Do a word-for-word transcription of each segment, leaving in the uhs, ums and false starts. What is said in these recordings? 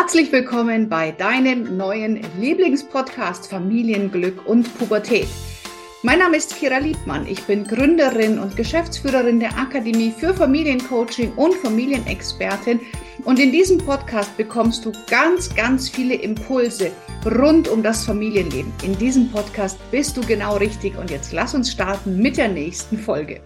Herzlich willkommen bei deinem neuen Lieblingspodcast Familienglück und Pubertät. Mein Name ist Kira Liebmann. Ich bin Gründerin und Geschäftsführerin der Akademie für Familiencoaching und Familienexpertin. Und in diesem Podcast bekommst du ganz, ganz viele Impulse rund um das Familienleben. In diesem Podcast bist du genau richtig. Und jetzt lass uns starten mit der nächsten Folge.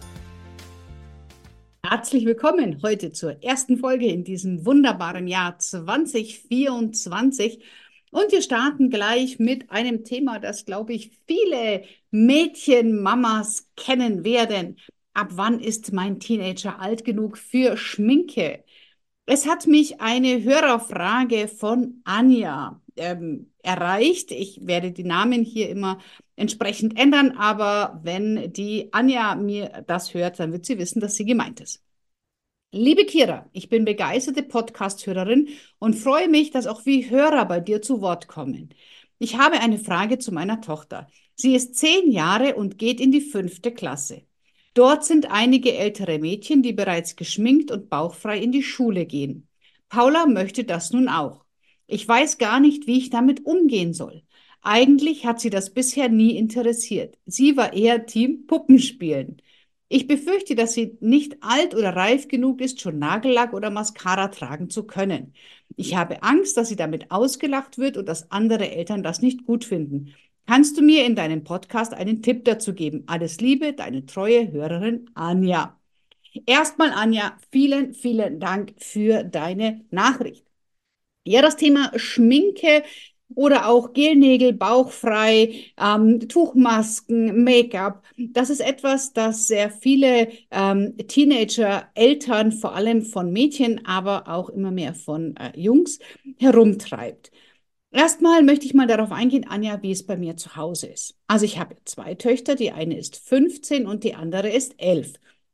Herzlich willkommen heute zur ersten Folge in diesem wunderbaren Jahr zwanzig vierundzwanzig. Und wir starten gleich mit einem Thema, das, glaube ich, viele Mädchen, Mamas kennen werden. Ab wann ist mein Teenager alt genug für Schminke? Es hat mich eine Hörerfrage von Anja ähm, erreicht. Ich werde die Namen hier immer entsprechend ändern, aber wenn die Anja mir das hört, dann wird sie wissen, dass sie gemeint ist. Liebe Kira, ich bin begeisterte Podcast-Hörerin und freue mich, dass auch wir Hörer bei dir zu Wort kommen. Ich habe eine Frage zu meiner Tochter. Sie ist zehn Jahre und geht in die fünfte Klasse. Dort sind einige ältere Mädchen, die bereits geschminkt und bauchfrei in die Schule gehen. Paula möchte das nun auch. Ich weiß gar nicht, wie ich damit umgehen soll. Eigentlich hat sie das bisher nie interessiert. Sie war eher Team Puppenspielen. Ich befürchte, dass sie nicht alt oder reif genug ist, schon Nagellack oder Mascara tragen zu können. Ich habe Angst, dass sie damit ausgelacht wird und dass andere Eltern das nicht gut finden. Kannst du mir in deinem Podcast einen Tipp dazu geben? Alles Liebe, deine treue Hörerin Anja. Erstmal, Anja, vielen, vielen Dank für deine Nachricht. Ja, das Thema Schminke oder auch Gelnägel, bauchfrei, ähm, Tuchmasken, Make-up, das ist etwas, das sehr viele ähm, Teenager, Eltern, vor allem von Mädchen, aber auch immer mehr von äh, Jungs herumtreibt. Erstmal möchte ich mal darauf eingehen, Anja, wie es bei mir zu Hause ist. Also ich habe zwei Töchter, die eine ist fünfzehn und die andere ist elf.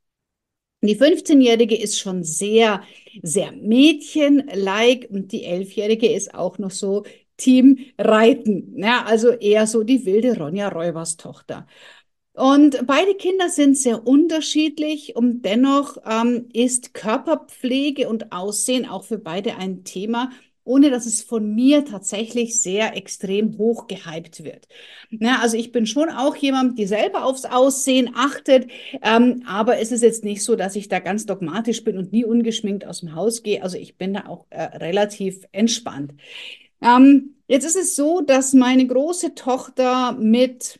Die fünfzehnjährige ist schon sehr, sehr mädchenlike und die elfjährige ist auch noch so Team Reiten. Ja, also eher so die wilde Ronja Räubers Tochter. Und beide Kinder sind sehr unterschiedlich und dennoch ähm, ist Körperpflege und Aussehen auch für beide ein Thema, ohne dass es von mir tatsächlich sehr extrem hoch gehypt wird. Ja, also ich bin schon auch jemand, die selber aufs Aussehen achtet, ähm, aber es ist jetzt nicht so, dass ich da ganz dogmatisch bin und nie ungeschminkt aus dem Haus gehe. Also ich bin da auch äh, relativ entspannt. Ähm, jetzt ist es so, dass meine große Tochter mit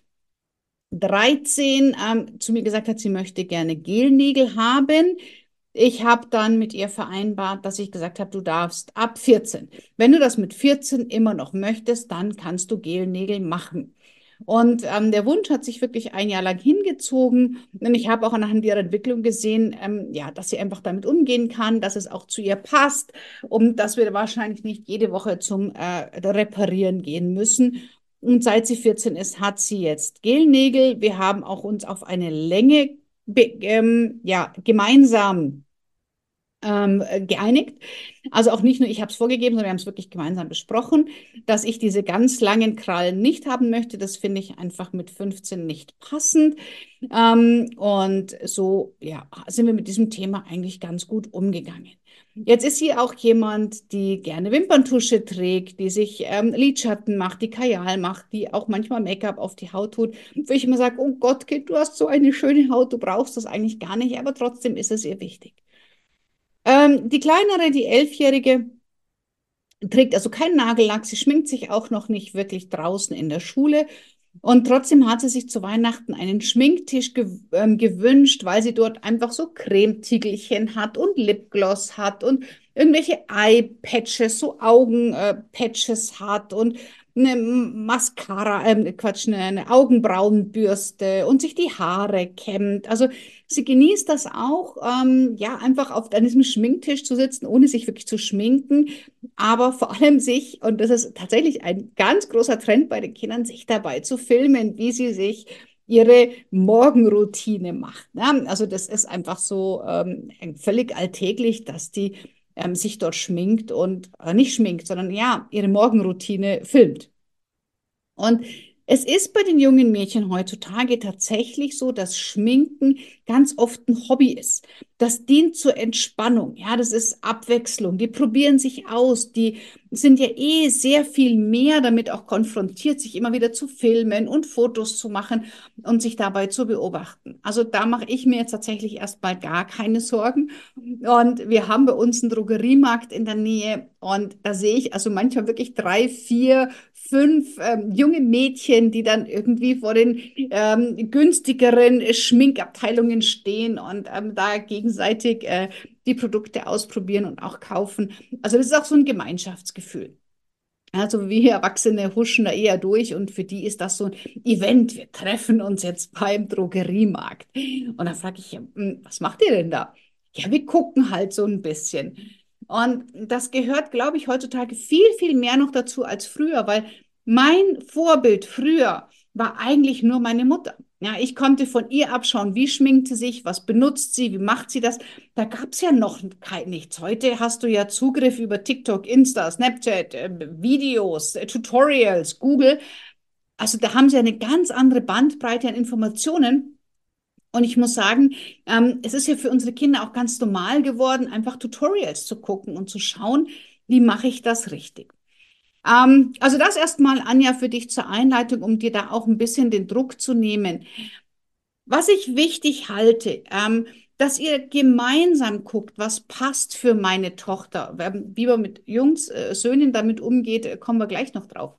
dreizehn ähm, zu mir gesagt hat, sie möchte gerne Gelnägel haben. Ich habe dann mit ihr vereinbart, dass ich gesagt habe, du darfst ab vierzehn. Wenn du das mit vierzehn immer noch möchtest, dann kannst du Gelnägel machen. Und ähm, der Wunsch hat sich wirklich ein Jahr lang hingezogen. Und ich habe auch anhand ihrer Entwicklung gesehen, ähm, ja, dass sie einfach damit umgehen kann, dass es auch zu ihr passt und dass wir wahrscheinlich nicht jede Woche zum äh, Reparieren gehen müssen. Und seit sie vierzehn ist, hat sie jetzt Gelnägel. Wir haben auch uns auf eine Länge ähm, ja, gemeinsam ähm, geeinigt. Also auch nicht nur ich habe es vorgegeben, sondern wir haben es wirklich gemeinsam besprochen, dass ich diese ganz langen Krallen nicht haben möchte. Das finde ich einfach mit fünfzehn nicht passend. Ähm, und so ja, sind wir mit diesem Thema eigentlich ganz gut umgegangen. Jetzt ist sie auch jemand, die gerne Wimperntusche trägt, die sich ähm, Lidschatten macht, die Kajal macht, die auch manchmal Make-up auf die Haut tut. Wo ich immer sage, oh Gott, Kind, du hast so eine schöne Haut, du brauchst das eigentlich gar nicht, aber trotzdem ist es ihr wichtig. Ähm, die kleinere, die Elfjährige, trägt also keinen Nagellack. Sie schminkt sich auch noch nicht wirklich draußen in der Schule. Und trotzdem hat sie sich zu Weihnachten einen Schminktisch gew ähm, gewünscht, weil sie dort einfach so Cremetiegelchen hat und Lipgloss hat und irgendwelche Eye-Patches, so Augen-Patches hat und eine Mascara, äh, Quatsch, eine, eine Augenbrauenbürste und sich die Haare kämmt. Also sie genießt das auch, ähm, ja, einfach auf an diesem Schminktisch zu sitzen, ohne sich wirklich zu schminken, aber vor allem sich, und das ist tatsächlich ein ganz großer Trend bei den Kindern, sich dabei zu filmen, wie sie sich ihre Morgenroutine macht. Ne? Also das ist einfach so ähm, völlig alltäglich, dass die ähm, sich dort schminkt und äh, nicht schminkt, sondern ja, ihre Morgenroutine filmt. Und Es ist bei den jungen Mädchen heutzutage tatsächlich so, dass Schminken ganz oft ein Hobby ist. Das dient zur Entspannung. Ja, das ist Abwechslung. Die probieren sich aus. Die sind ja eh sehr viel mehr damit auch konfrontiert, sich immer wieder zu filmen und Fotos zu machen und sich dabei zu beobachten. Also da mache ich mir jetzt tatsächlich erstmal gar keine Sorgen. Und wir haben bei uns einen Drogeriemarkt in der Nähe und da sehe ich also manchmal wirklich drei, vier, fünf ähm, junge Mädchen, die dann irgendwie vor den ähm, günstigeren Schminkabteilungen stehen und ähm, da gegenseitig äh, die Produkte ausprobieren und auch kaufen. Also das ist auch so ein Gemeinschaftsgefühl. Also wir Erwachsene huschen da eher durch und für die ist das so ein Event. Wir treffen uns jetzt beim Drogeriemarkt. Und dann frage ich, hm, was macht ihr denn da? Ja, wir gucken halt so ein bisschen. Und das gehört, glaube ich, heutzutage viel, viel mehr noch dazu als früher, weil mein Vorbild früher war eigentlich nur meine Mutter. Ja, ich konnte von ihr abschauen, wie schminkt sie sich, was benutzt sie, wie macht sie das. Da gab es ja noch kein, nichts. Heute hast du ja Zugriff über TikTok, Insta, Snapchat, äh, Videos, äh, Tutorials, Google. Also da haben sie eine ganz andere Bandbreite an Informationen. Und ich muss sagen, ähm, es ist ja für unsere Kinder auch ganz normal geworden, einfach Tutorials zu gucken und zu schauen, wie mache ich das richtig. Ähm, also das erstmal, Anja, für dich zur Einleitung, um dir da auch ein bisschen den Druck zu nehmen. Was ich wichtig halte, ähm, dass ihr gemeinsam guckt, was passt für meine Tochter. Ähm, Wie man mit Jungs, äh, Söhnen damit umgeht, äh, kommen wir gleich noch drauf.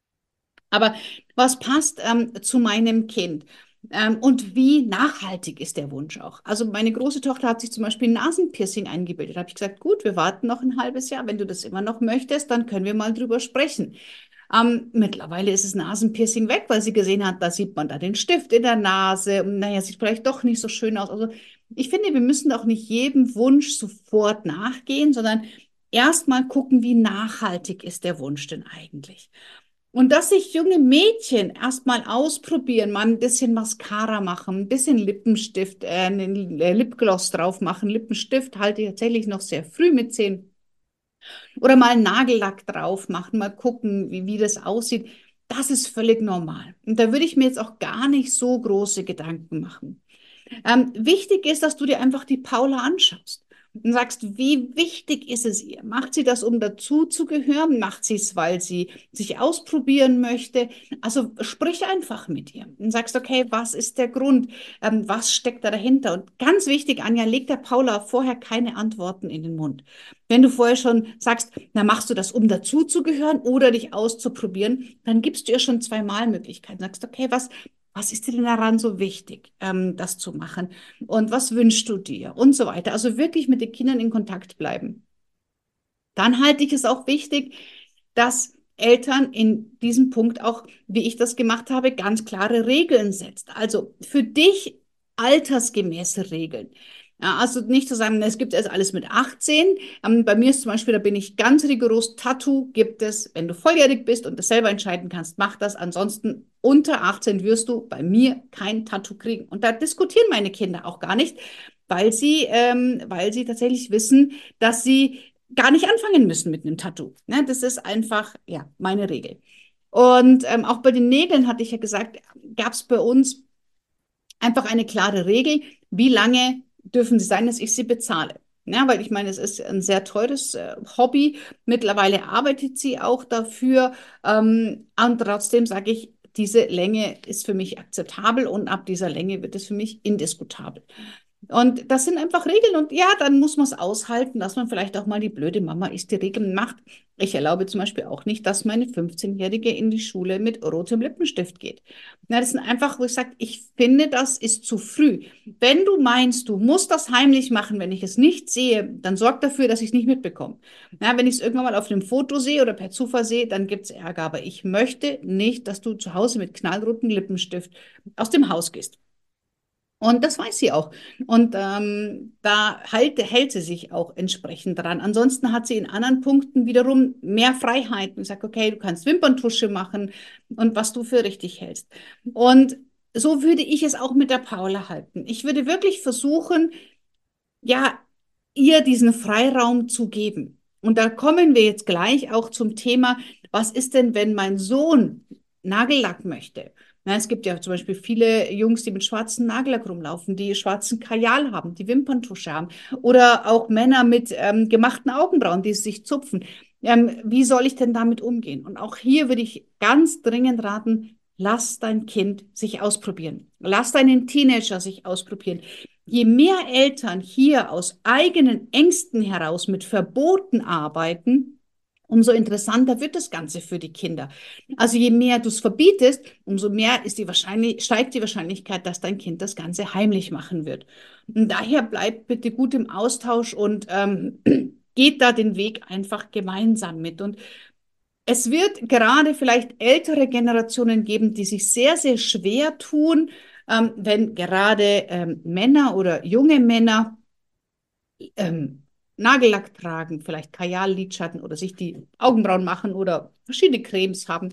Aber was passt ähm, zu meinem Kind? Ähm, und wie nachhaltig ist der Wunsch auch? Also meine große Tochter hat sich zum Beispiel ein Nasenpiercing eingebildet. Da habe ich gesagt, gut, wir warten noch ein halbes Jahr. Wenn du das immer noch möchtest, dann können wir mal drüber sprechen. Ähm, mittlerweile ist das Nasenpiercing weg, weil sie gesehen hat, da sieht man da den Stift in der Nase. Und naja, sieht vielleicht doch nicht so schön aus. Also ich finde, wir müssen auch nicht jedem Wunsch sofort nachgehen, sondern erst mal gucken, wie nachhaltig ist der Wunsch denn eigentlich. Und dass sich junge Mädchen erstmal ausprobieren, mal ein bisschen Mascara machen, ein bisschen Lippenstift, äh, einen äh, Lipgloss drauf machen. Lippenstift halte ich tatsächlich noch sehr früh mit zehn. Oder mal Nagellack drauf machen, mal gucken, wie, wie das aussieht. Das ist völlig normal. Und da würde ich mir jetzt auch gar nicht so große Gedanken machen. Ähm, wichtig ist, dass du dir einfach die Paula anschaust und sagst, wie wichtig ist es ihr? Macht sie das, um dazuzugehören? Macht sie es, weil sie sich ausprobieren möchte? Also sprich einfach mit ihr und sagst, okay, was ist der Grund? Ähm, was steckt da dahinter? Und ganz wichtig, Anja, leg der Paula vorher keine Antworten in den Mund. Wenn du vorher schon sagst, na, machst du das, um dazuzugehören oder dich auszuprobieren, dann gibst du ihr schon zweimal Möglichkeiten. Sagst, okay, was was ist dir denn daran so wichtig, ähm, das zu machen? Und was wünschst du dir? Und so weiter. Also wirklich mit den Kindern in Kontakt bleiben. Dann halte ich es auch wichtig, dass Eltern in diesem Punkt auch, wie ich das gemacht habe, ganz klare Regeln setzt. Also für dich altersgemäße Regeln. Ja, also nicht zu sagen, es gibt erst alles mit achtzehn. Ähm, bei mir ist zum Beispiel, da bin ich ganz rigoros, Tattoo gibt es, wenn du volljährig bist und das selber entscheiden kannst, mach das. Ansonsten unter achtzehn wirst du bei mir kein Tattoo kriegen. Und da diskutieren meine Kinder auch gar nicht, weil sie, ähm, weil sie tatsächlich wissen, dass sie gar nicht anfangen müssen mit einem Tattoo. Ne? Das ist einfach, ja, meine Regel. Und ähm, auch bei den Nägeln hatte ich ja gesagt, gab es bei uns einfach eine klare Regel, wie lange dürfen sie sein, dass ich sie bezahle. Ja, weil ich meine, es ist ein sehr teures äh, Hobby. Mittlerweile arbeitet sie auch dafür. Ähm, und trotzdem sage ich, diese Länge ist für mich akzeptabel und ab dieser Länge wird es für mich indiskutabel. Und das sind einfach Regeln. Und ja, dann muss man es aushalten, dass man vielleicht auch mal die blöde Mama ist, die Regeln macht. Ich erlaube zum Beispiel auch nicht, dass meine fünfzehnjährige in die Schule mit rotem Lippenstift geht. Na, das sind einfach, wo ich sage, ich finde, das ist zu früh. Wenn du meinst, du musst das heimlich machen, wenn ich es nicht sehe, dann sorg dafür, dass ich es nicht mitbekomme. Ja, wenn ich es irgendwann mal auf einem Foto sehe oder per Zufall sehe, dann gibt es Ärger. Aber ich möchte nicht, dass du zu Hause mit knallrotem Lippenstift aus dem Haus gehst. Und das weiß sie auch. Und ähm, da halt, hält sie sich auch entsprechend dran. Ansonsten hat sie in anderen Punkten wiederum mehr Freiheiten. Ich sage, okay, du kannst Wimperntusche machen und was du für richtig hältst. Und so würde ich es auch mit der Paula halten. Ich würde wirklich versuchen, ja, ihr diesen Freiraum zu geben. Und da kommen wir jetzt gleich auch zum Thema, was ist denn, wenn mein Sohn Nagellack möchte. Ja, es gibt ja zum Beispiel viele Jungs, die mit schwarzem Nagellack rumlaufen, die schwarzen Kajal haben, die Wimperntusche haben. Oder auch Männer mit ähm, gemachten Augenbrauen, die sich zupfen. Ähm, wie soll ich denn damit umgehen? Und auch hier würde ich ganz dringend raten, lass dein Kind sich ausprobieren. Lass deinen Teenager sich ausprobieren. Je mehr Eltern hier aus eigenen Ängsten heraus mit Verboten arbeiten, umso interessanter wird das Ganze für die Kinder. Also je mehr du es verbietest, umso mehr ist die wahrscheinlich, steigt die Wahrscheinlichkeit, dass dein Kind das Ganze heimlich machen wird. Und daher bleibt bitte gut im Austausch und ähm, geht da den Weg einfach gemeinsam mit. Und es wird gerade vielleicht ältere Generationen geben, die sich sehr, sehr schwer tun, ähm, wenn gerade ähm, Männer oder junge Männer ähm, Nagellack tragen, vielleicht Kajal-Lidschatten oder sich die Augenbrauen machen oder verschiedene Cremes haben.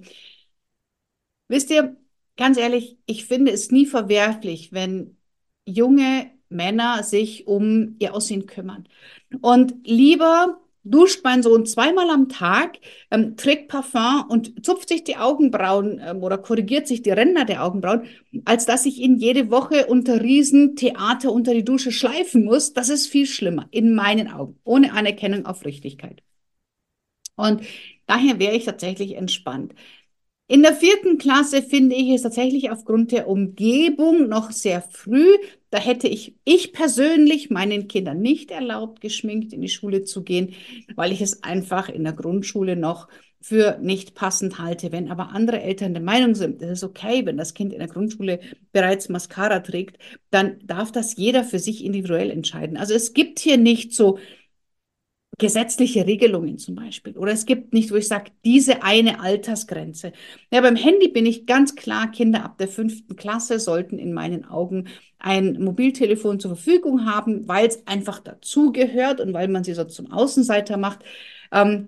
Wisst ihr, ganz ehrlich, ich finde es nie verwerflich, wenn junge Männer sich um ihr Aussehen kümmern. Und lieber duscht mein Sohn zweimal am Tag, ähm, trägt Parfum und zupft sich die Augenbrauen ähm, oder korrigiert sich die Ränder der Augenbrauen, als dass ich ihn jede Woche unter Riesentheater unter die Dusche schleifen muss. Das ist viel schlimmer, in meinen Augen, ohne Anerkennung auf Richtigkeit. Und daher wäre ich tatsächlich entspannt. In der vierten Klasse finde ich es tatsächlich aufgrund der Umgebung noch sehr früh. Da hätte ich, ich persönlich meinen Kindern nicht erlaubt, geschminkt in die Schule zu gehen, weil ich es einfach in der Grundschule noch für nicht passend halte. Wenn aber andere Eltern der Meinung sind, es ist okay, wenn das Kind in der Grundschule bereits Mascara trägt, dann darf das jeder für sich individuell entscheiden. Also es gibt hier nicht so gesetzliche Regelungen zum Beispiel. Oder es gibt nicht, wo ich sage, diese eine Altersgrenze. Ja, beim Handy bin ich ganz klar, Kinder ab der fünften Klasse sollten in meinen Augen ein Mobiltelefon zur Verfügung haben, weil es einfach dazugehört und weil man sie so zum Außenseiter macht. Ähm,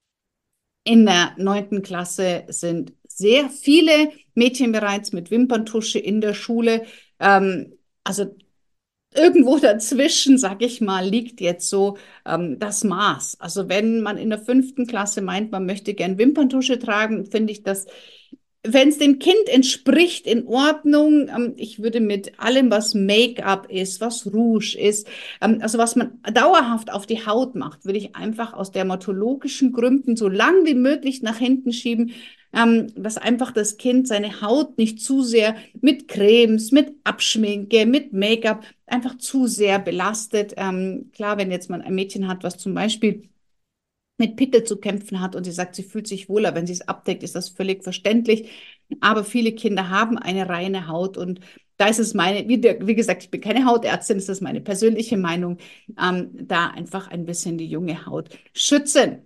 in der neunten Klasse sind sehr viele Mädchen bereits mit Wimperntusche in der Schule. Ähm, also irgendwo dazwischen, sag ich mal, liegt jetzt so ähm, das Maß. Also wenn man in der fünften Klasse meint, man möchte gern Wimperntusche tragen, finde ich das, wenn es dem Kind entspricht, in Ordnung. Ähm, ich würde mit allem, was Make-up ist, was Rouge ist, ähm, also was man dauerhaft auf die Haut macht, würde ich einfach aus dermatologischen Gründen so lang wie möglich nach hinten schieben, ähm, dass einfach das Kind seine Haut nicht zu sehr mit Cremes, mit Abschminke, mit Make-up einfach zu sehr belastet. Ähm, klar, wenn jetzt mal ein Mädchen hat, was zum Beispiel mit Pickel zu kämpfen hat und sie sagt, sie fühlt sich wohler, wenn sie es abdeckt, ist das völlig verständlich. Aber viele Kinder haben eine reine Haut und da ist es meine, wie, wie gesagt, ich bin keine Hautärztin, ist das meine persönliche Meinung, ähm, da einfach ein bisschen die junge Haut schützen.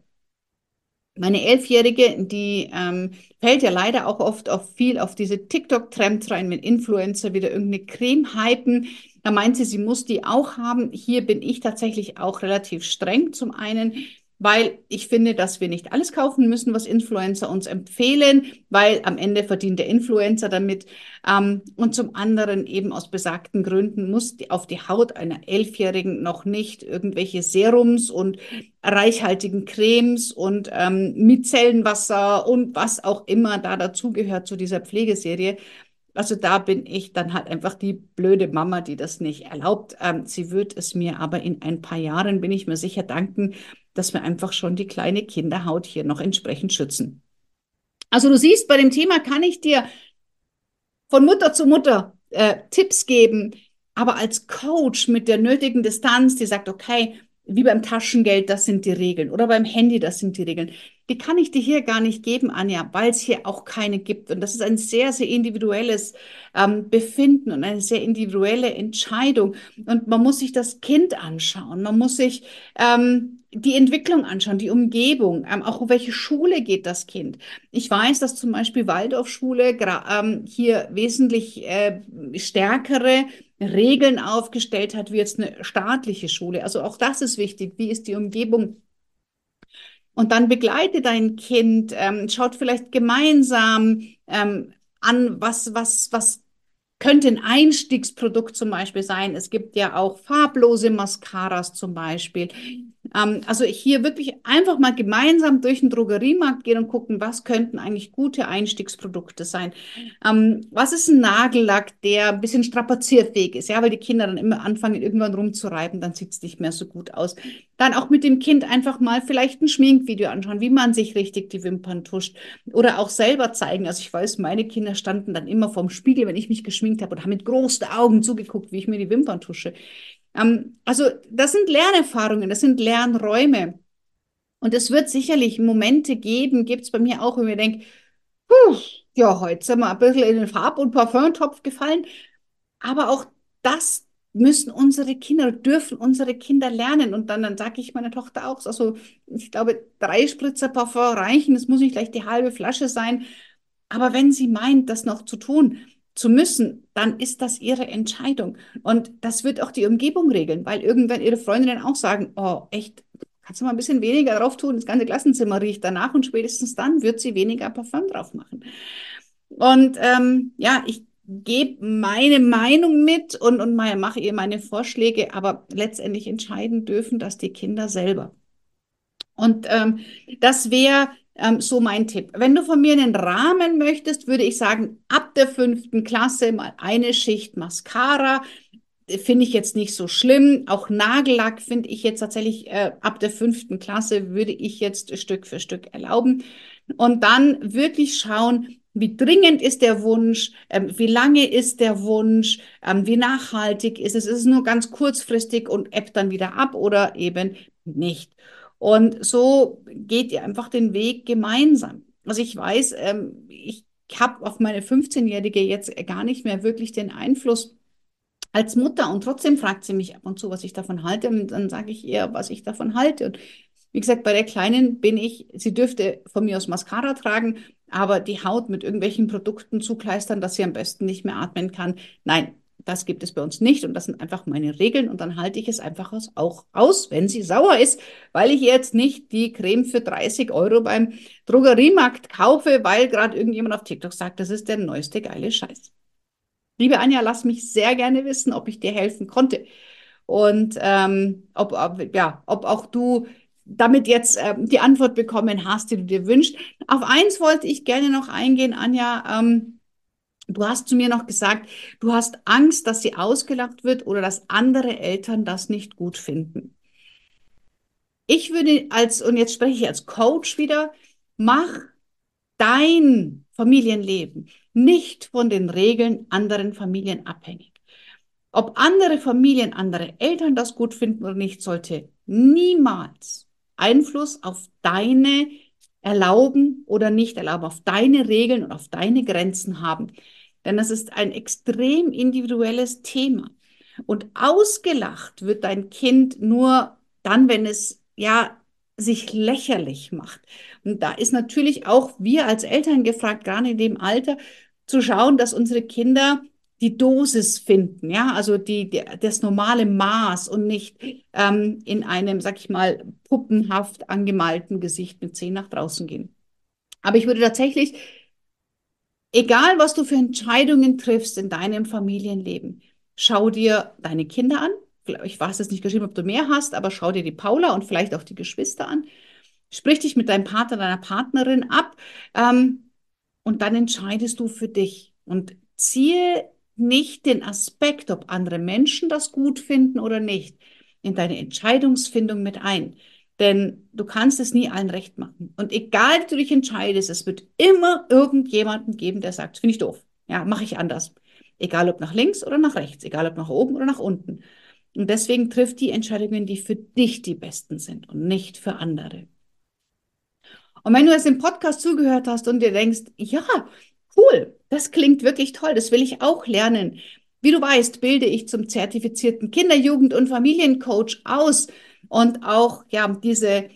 Meine Elfjährige, die ähm, fällt ja leider auch oft auf viel auf diese TikTok-Trends rein, wenn Influencer wieder irgendeine Creme hypen. Da meint sie, sie muss die auch haben. Hier bin ich tatsächlich auch relativ streng. Zum einen, weil ich finde, dass wir nicht alles kaufen müssen, was Influencer uns empfehlen, weil am Ende verdient der Influencer damit. Ähm, und zum anderen eben aus besagten Gründen muss die, auf die Haut einer Elfjährigen noch nicht irgendwelche Serums und reichhaltigen Cremes und ähm, Micellenwasser und was auch immer da dazugehört zu dieser Pflegeserie. Also da bin ich dann halt einfach die blöde Mama, die das nicht erlaubt. Ähm, sie wird es mir aber in ein paar Jahren, bin ich mir sicher, danken, dass wir einfach schon die kleine Kinderhaut hier noch entsprechend schützen. Also du siehst, bei dem Thema kann ich dir von Mutter zu Mutter äh, Tipps geben, aber als Coach mit der nötigen Distanz, die sagt, okay, wie beim Taschengeld, das sind die Regeln oder beim Handy, das sind die Regeln. Die kann ich dir hier gar nicht geben, Anja, weil es hier auch keine gibt. Und das ist ein sehr, sehr individuelles ähm, Befinden und eine sehr individuelle Entscheidung. Und man muss sich das Kind anschauen, man muss sich ähm, die Entwicklung anschauen, die Umgebung, ähm, auch auf welche Schule geht das Kind. Ich weiß, dass zum Beispiel Waldorfschule ähm, hier wesentlich äh, stärkere Regeln aufgestellt hat, wie jetzt eine staatliche Schule. Also auch das ist wichtig. Wie ist die Umgebung? Und dann begleite dein Kind, ähm, schaut vielleicht gemeinsam ähm, an, was, was, was könnte ein Einstiegsprodukt zum Beispiel sein. Es gibt ja auch farblose Mascaras zum Beispiel. Ähm, also hier wirklich einfach mal gemeinsam durch den Drogeriemarkt gehen und gucken, was könnten eigentlich gute Einstiegsprodukte sein. Ähm, was ist ein Nagellack, der ein bisschen strapazierfähig ist, ja, weil die Kinder dann immer anfangen, irgendwann rumzureiben, dann sieht es nicht mehr so gut aus. Dann auch mit dem Kind einfach mal vielleicht ein Schminkvideo anschauen, wie man sich richtig die Wimpern tuscht oder auch selber zeigen. Also ich weiß, meine Kinder standen dann immer vorm Spiegel, wenn ich mich geschminkt habe und haben mit großen Augen zugeguckt, wie ich mir die Wimpern tusche. Ähm, also das sind Lernerfahrungen, das sind Lernräume. Und es wird sicherlich Momente geben, gibt es bei mir auch, wenn ich denke, puh, ja, heute sind wir ein bisschen in den Farb- und Parfümtopf gefallen. Aber auch das müssen unsere Kinder, dürfen unsere Kinder lernen. Und dann, dann sage ich meiner Tochter auch, also ich glaube, drei Spritzer Parfüm reichen, es muss nicht gleich die halbe Flasche sein. Aber wenn sie meint, das noch zu tun, zu müssen, dann ist das ihre Entscheidung. Und das wird auch die Umgebung regeln, weil irgendwann ihre Freundinnen auch sagen, oh, echt, kannst du mal ein bisschen weniger drauf tun, das ganze Klassenzimmer riecht danach und spätestens dann wird sie weniger Parfüm drauf machen. Und ähm, ja, ich gebe meine Meinung mit und, und mache ihr meine Vorschläge, aber letztendlich entscheiden dürfen das die Kinder selber. Und ähm, das wäre ähm, so mein Tipp. Wenn du von mir einen Rahmen möchtest, würde ich sagen, ab der fünften Klasse mal eine Schicht Mascara. Finde ich jetzt nicht so schlimm. Auch Nagellack finde ich jetzt tatsächlich äh, ab der fünften Klasse würde ich jetzt Stück für Stück erlauben. Und dann wirklich schauen, wie dringend ist der Wunsch, ähm, wie lange ist der Wunsch, ähm, wie nachhaltig ist es. Ist es nur ganz kurzfristig und ebbt dann wieder ab oder eben nicht. Und so geht ihr einfach den Weg gemeinsam. Also ich weiß, ähm, ich habe auf meine fünfzehnjährige jetzt gar nicht mehr wirklich den Einfluss als Mutter und trotzdem fragt sie mich ab und zu, was ich davon halte und dann sage ich ihr, was ich davon halte. Und wie gesagt, bei der Kleinen bin ich, sie dürfte von mir aus Mascara tragen, aber die Haut mit irgendwelchen Produkten zukleistern, dass sie am besten nicht mehr atmen kann. Nein, das gibt es bei uns nicht und das sind einfach meine Regeln und dann halte ich es einfach auch aus, wenn sie sauer ist, weil ich jetzt nicht die Creme für dreißig Euro beim Drogeriemarkt kaufe, weil gerade irgendjemand auf TikTok sagt, das ist der neueste geile Scheiß. Liebe Anja, lass mich sehr gerne wissen, ob ich dir helfen konnte und ähm, ob, ob, ja, ob auch du damit jetzt ähm, die Antwort bekommen hast, die du dir wünschst. Auf eins wollte ich gerne noch eingehen, Anja. Ähm, du hast zu mir noch gesagt, du hast Angst, dass sie ausgelacht wird oder dass andere Eltern das nicht gut finden. Ich würde als, und jetzt spreche ich als Coach wieder, mach dein Familienleben nicht von den Regeln anderen Familien abhängig. Ob andere Familien, andere Eltern das gut finden oder nicht, sollte niemals Einfluss auf deine Erlauben oder nicht erlauben, auf deine Regeln und auf deine Grenzen haben. Denn das ist ein extrem individuelles Thema. Und ausgelacht wird dein Kind nur dann, wenn es ja sich lächerlich macht. Und da ist natürlich auch wir als Eltern gefragt, gerade in dem Alter, zu schauen, dass unsere Kinder die Dosis finden, ja, also die, die, das normale Maß und nicht ähm, in einem, sag ich mal, puppenhaft angemalten Gesicht mit Zehen nach draußen gehen. Aber ich würde tatsächlich, egal was du für Entscheidungen triffst in deinem Familienleben, schau dir deine Kinder an. Ich weiß jetzt nicht geschrieben, ob du mehr hast, aber schau dir die Paula und vielleicht auch die Geschwister an. Sprich dich mit deinem Partner, deiner Partnerin ab. Ähm, und dann entscheidest du für dich und ziehe nicht den Aspekt, ob andere Menschen das gut finden oder nicht, in deine Entscheidungsfindung mit ein. Denn du kannst es nie allen recht machen. Und egal, wie du dich entscheidest, es wird immer irgendjemanden geben, der sagt, finde ich doof. Ja, mache ich anders. Egal ob nach links oder nach rechts, egal ob nach oben oder nach unten. Und deswegen triff die Entscheidungen, die für dich die besten sind und nicht für andere. Und wenn du jetzt im Podcast zugehört hast und dir denkst, ja, cool, das klingt wirklich toll, das will ich auch lernen. Wie du weißt, bilde ich zum zertifizierten Kinder-, Jugend- und Familiencoach aus und auch ja, diese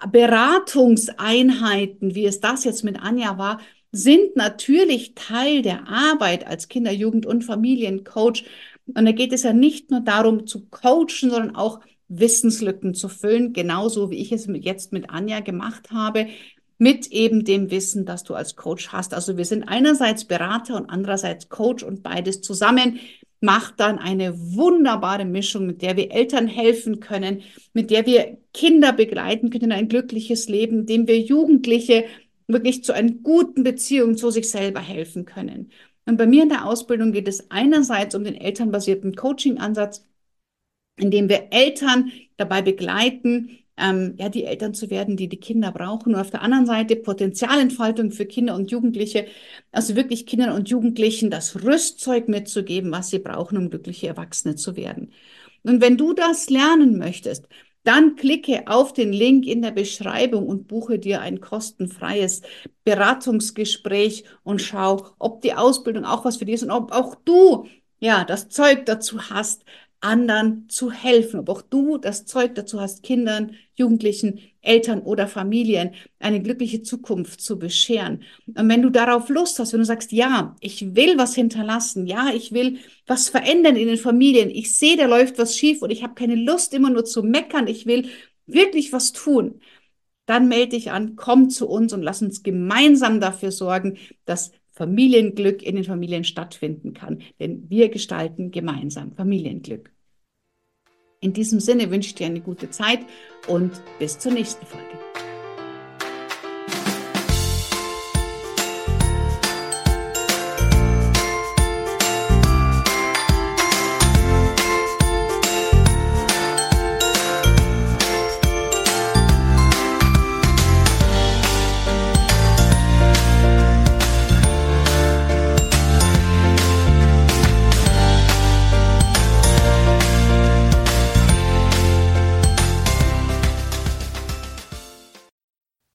Beratungseinheiten, wie es das jetzt mit Anja war, sind natürlich Teil der Arbeit als Kinder-, Jugend- und Familiencoach. Und da geht es ja nicht nur darum zu coachen, sondern auch Wissenslücken zu füllen, genauso wie ich es jetzt mit Anja gemacht habe, mit eben dem Wissen, das du als Coach hast. Also wir sind einerseits Berater und andererseits Coach und beides zusammen macht dann eine wunderbare Mischung, mit der wir Eltern helfen können, mit der wir Kinder begleiten können in ein glückliches Leben, indem wir Jugendliche wirklich zu einer guten Beziehung zu sich selber helfen können. Und bei mir in der Ausbildung geht es einerseits um den elternbasierten Coaching-Ansatz, indem wir Eltern dabei begleiten, ähm, ja, die Eltern zu werden, die die Kinder brauchen. Und auf der anderen Seite Potenzialentfaltung für Kinder und Jugendliche, also wirklich Kindern und Jugendlichen das Rüstzeug mitzugeben, was sie brauchen, um glückliche Erwachsene zu werden. Und wenn du das lernen möchtest, dann klicke auf den Link in der Beschreibung und buche dir ein kostenfreies Beratungsgespräch und schau, ob die Ausbildung auch was für dich ist und ob auch du ja das Zeug dazu hast, anderen zu helfen, ob auch du das Zeug dazu hast, Kindern, Jugendlichen, Eltern oder Familien eine glückliche Zukunft zu bescheren. Und wenn du darauf Lust hast, wenn du sagst, ja, ich will was hinterlassen, ja, ich will was verändern in den Familien, ich sehe, da läuft was schief und ich habe keine Lust, immer nur zu meckern, ich will wirklich was tun, dann melde dich an, komm zu uns und lass uns gemeinsam dafür sorgen, dass Familienglück in den Familien stattfinden kann. Denn wir gestalten gemeinsam Familienglück. In diesem Sinne wünsche ich dir eine gute Zeit und bis zur nächsten Folge.